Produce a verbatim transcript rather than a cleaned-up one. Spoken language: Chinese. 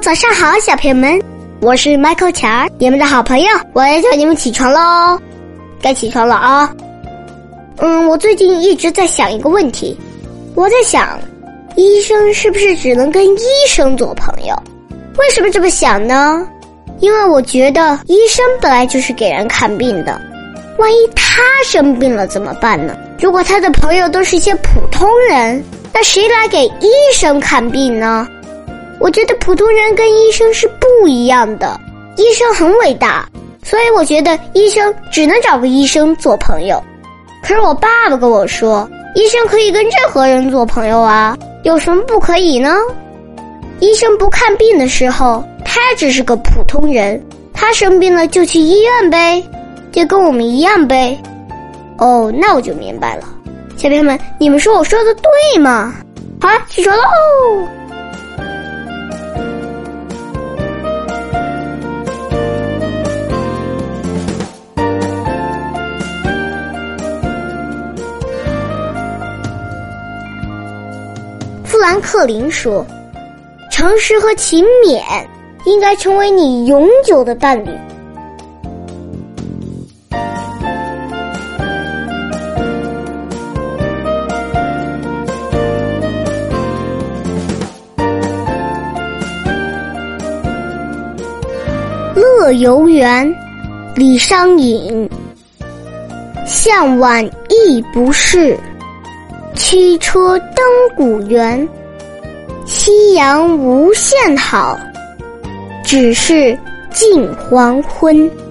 早上好，小朋友们，我是 Michael 乔儿，你们的好朋友，我要叫你们起床喽，该起床了啊。嗯，我最近一直在想一个问题，我在想，医生是不是只能跟医生做朋友？为什么这么想呢？因为我觉得医生本来就是给人看病的，万一他生病了怎么办呢？如果他的朋友都是一些普通人，那谁来给医生看病呢？我觉得普通人跟医生是不一样的，医生很伟大，所以我觉得医生只能找个医生做朋友。可是我爸爸跟我说，医生可以跟任何人做朋友啊，有什么不可以呢？医生不看病的时候，他只是个普通人，他生病了就去医院呗，就跟我们一样呗。哦，那我就明白了。小朋友们，你们说我说的对吗？好了，起床喽！富兰克林说，诚实和勤勉应该成为你永久的伴侣。乐游原，李商隐。向晚意不适，驱车登古原。夕阳无限好，只是近黄昏。